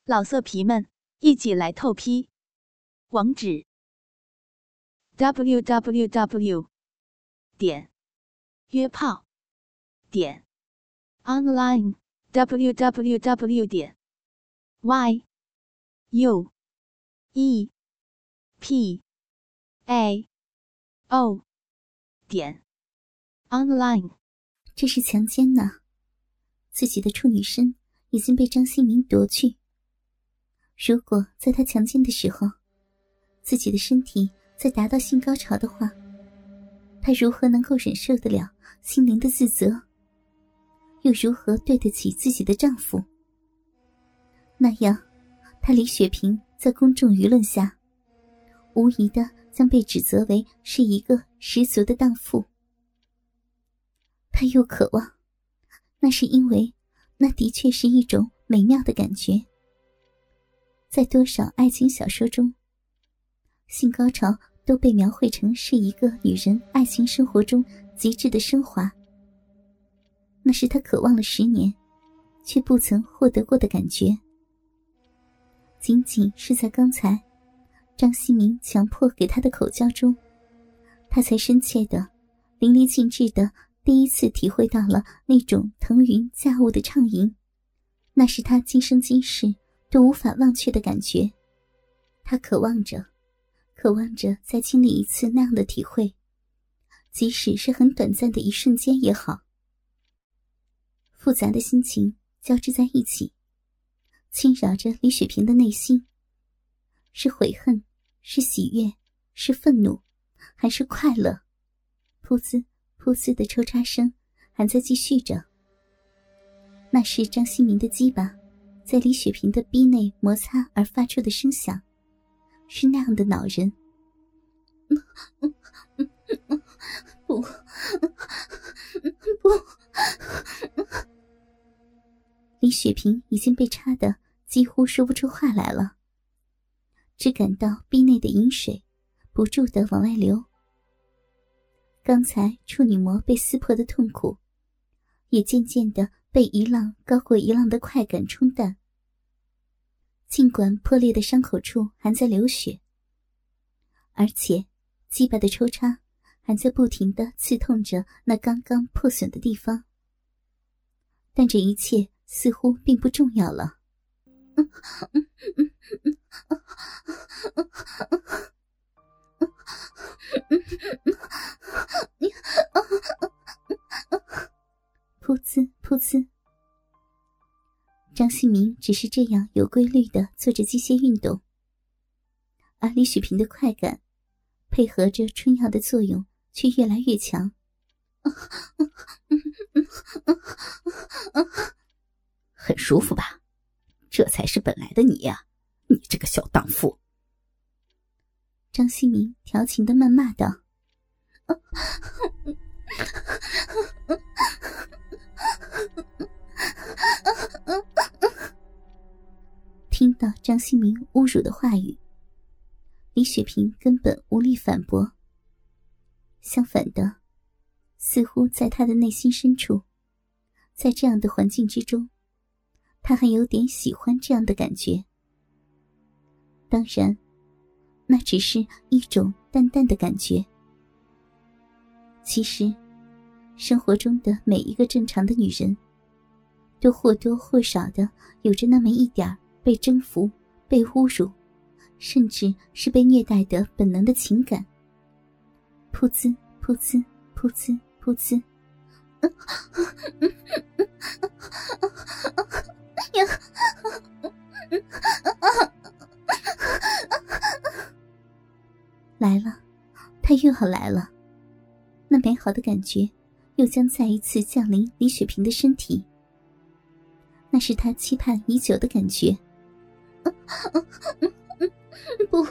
老色皮们，一起来透批！网址 www.约炮online www.yuepao.online。 这是强奸呢，自己的处女身已经被张新民夺去。如果在他强奸的时候，自己的身体在达到性高潮的话，他如何能够忍受得了心灵的自责，又如何对得起自己的丈夫？那样，他李雪萍在公众舆论下，无疑的将被指责为是一个十足的荡妇。他又渴望，那是因为那的确是一种美妙的感觉。在多少爱情小说中，性高潮都被描绘成是一个女人爱情生活中极致的升华。那是她渴望了10年却不曾获得过的感觉。仅仅是在刚才张希明强迫给她的口交中，她才深切的淋漓尽致的第一次体会到了那种腾云驾雾的畅饮。那是她今生今世都无法忘却的感觉。她渴望着再经历一次那样的体会，即使是很短暂的一瞬间也好。复杂的心情交织在一起，侵扰着李雪萍的内心。是悔恨，是喜悦，是愤怒，还是快乐？噗呲噗呲的抽插声还在继续着。那是张新民的鸡巴在李雪萍的逼内摩擦而发出的声响，是那样的恼人。不，李雪萍已经被插得几乎说不出话来了，只感到逼内的饮水不住地往外流。刚才处女膜被撕破的痛苦，也渐渐地被一浪高过一浪的快感冲淡。尽管破裂的伤口处还在流血，而且鸡巴的抽插还在不停地刺痛着那刚刚破损的地方，但这一切似乎并不重要了。噗呲噗呲，张新民只是这样有规律地做着机械运动，而李雪萍的快感配合着春药的作用却越来越强。 很舒服吧？这才是本来的你呀，你这个小荡妇。 张新民调情地谩骂道。听到张新民侮辱的话语，李雪萍根本无力反驳。相反的，似乎在她的内心深处，在这样的环境之中，她还有点喜欢这样的感觉。当然，那只是一种淡淡的感觉。其实，生活中的每一个正常的女人，都或多或少的有着那么一点被征服、被侮辱，甚至是被虐待的本能的情感。噗呲噗呲噗呲噗呲，来了，他又要来了。那美好的感觉又将再一次降临李雪萍的身体。那是他期盼已久的感觉。不，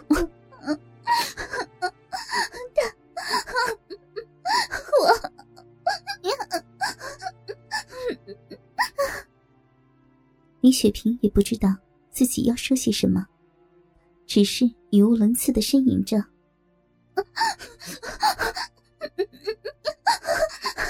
李雪萍也不知道自己要说些什么，只是语无伦次地呻吟着。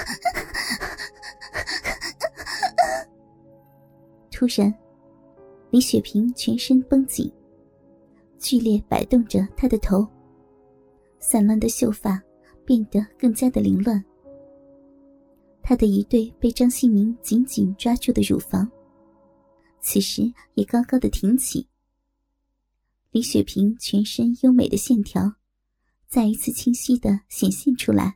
突然， 李雪萍全身绷紧，剧烈摆动着她的头，散乱的秀发变得更加的凌乱。她的一对被张新明紧紧抓住的乳房此时也高高的挺起，李雪萍全身优美的线条再一次清晰地显现出来。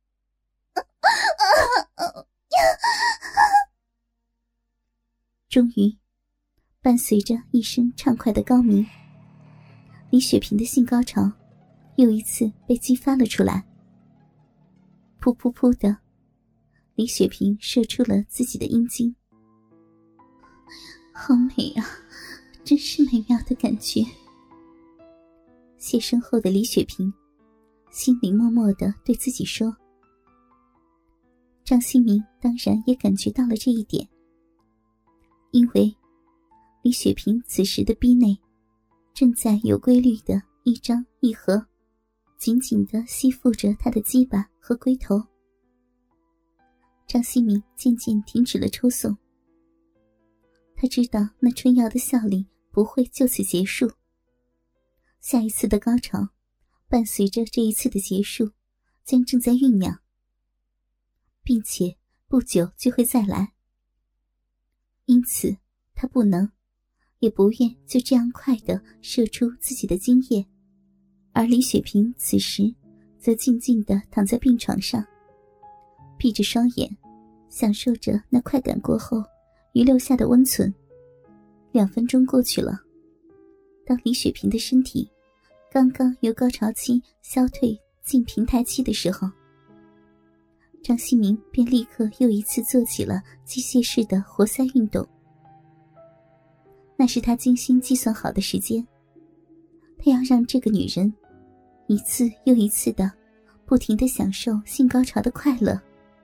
终于伴随着一声畅快的高鸣，李雪萍的性高潮又一次被激发了出来。噗噗噗的，李雪萍射出了自己的阴茎。好美啊，真是美妙的感觉。谢身后的李雪萍心里默默地对自己说。张新明当然也感觉到了这一点，因为李雪萍此时的逼内正在有规律的一张一合，紧紧地吸附着他的鸡巴和龟头。张新明渐渐停止了抽送，他知道那春药的效力不会就此结束，下一次的高潮伴随着这一次的结束将正在酝酿，并且不久就会再来。因此他不能也不愿就这样快地射出自己的精液，而李雪萍此时则静静地躺在病床上，闭着双眼享受着那快感过后余留下的温存。2分钟过去了，当李雪萍的身体刚刚由高潮期消退进平台期的时候，张新明便立刻又一次做起了机械式的活塞运动。那是他精心计算好的时间，他要让这个女人一次又一次的不停地享受性高潮的快乐。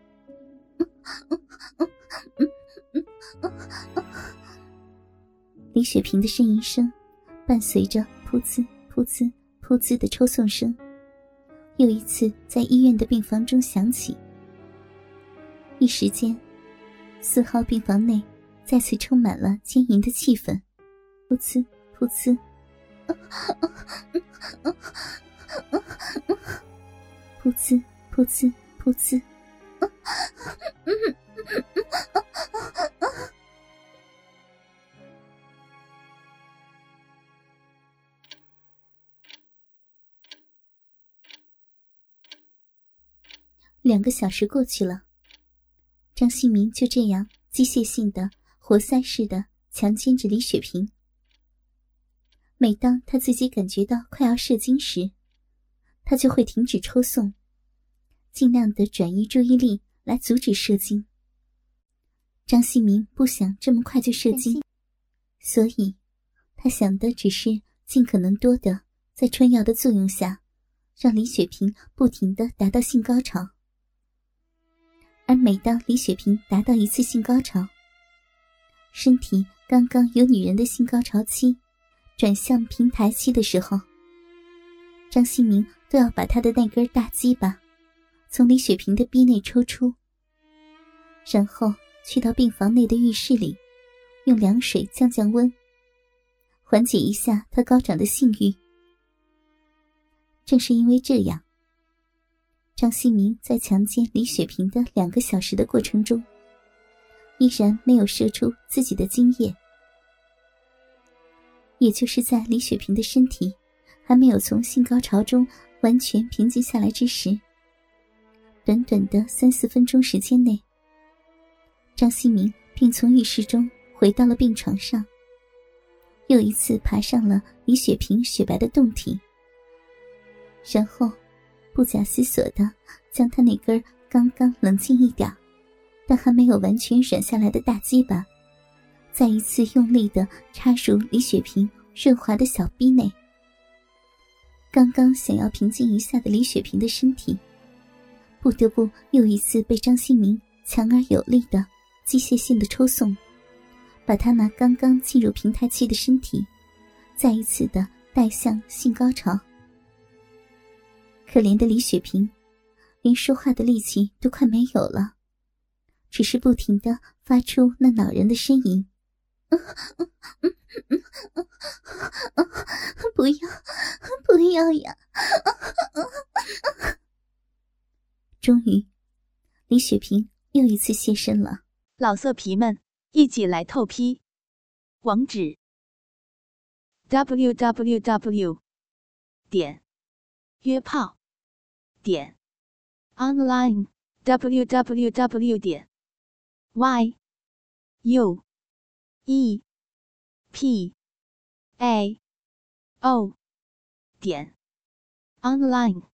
李雪萍的呻吟声伴随着噗呲噗呲噗呲的抽送声又一次在医院的病房中响起。一时间4号病房内再次充满了奸淫的气氛。噗呲噗呲，噗呲噗呲噗呲。2个小时过去了，张新明就这样机械性的活塞式的强奸着李雪萍。每当他自己感觉到快要射精时，他就会停止抽送，尽量的转移注意力来阻止射精。张新明不想这么快就射精，所以他想的只是尽可能多的在春药的作用下让李雪萍不停地达到性高潮。而每当李雪萍达到一次性高潮，身体刚刚由女人的性高潮期转向平台期的时候，张新明都要把他的那根大鸡巴从李雪萍的逼内抽出，然后去到病房内的浴室里用凉水降降温，缓解一下他高涨的性欲。正是因为这样，张新明在强奸李雪萍的2个小时的过程中依然没有射出自己的精液。也就是在李雪萍的身体还没有从性高潮中完全平静下来之时，短短的3-4分钟时间内，张新明便从浴室中回到了病床上，又一次爬上了李雪萍雪白的胴体，然后不假思索地将她那根刚刚冷静一点但还没有完全软下来的大鸡巴再一次用力地插入李雪萍润滑的小逼内。刚刚想要平静一下的李雪萍的身体不得不又一次被张新明强而有力的机械性的抽送，把她那刚刚进入平台期的身体再一次的带向性高潮。可怜的李雪萍连说话的力气都快没有了，只是不停地发出那恼人的呻吟。 不要，不要呀！终于，李雪萍又一次现身了。 老色皮们，一起来透批！网址 ：www.约炮.online www.yuepao.online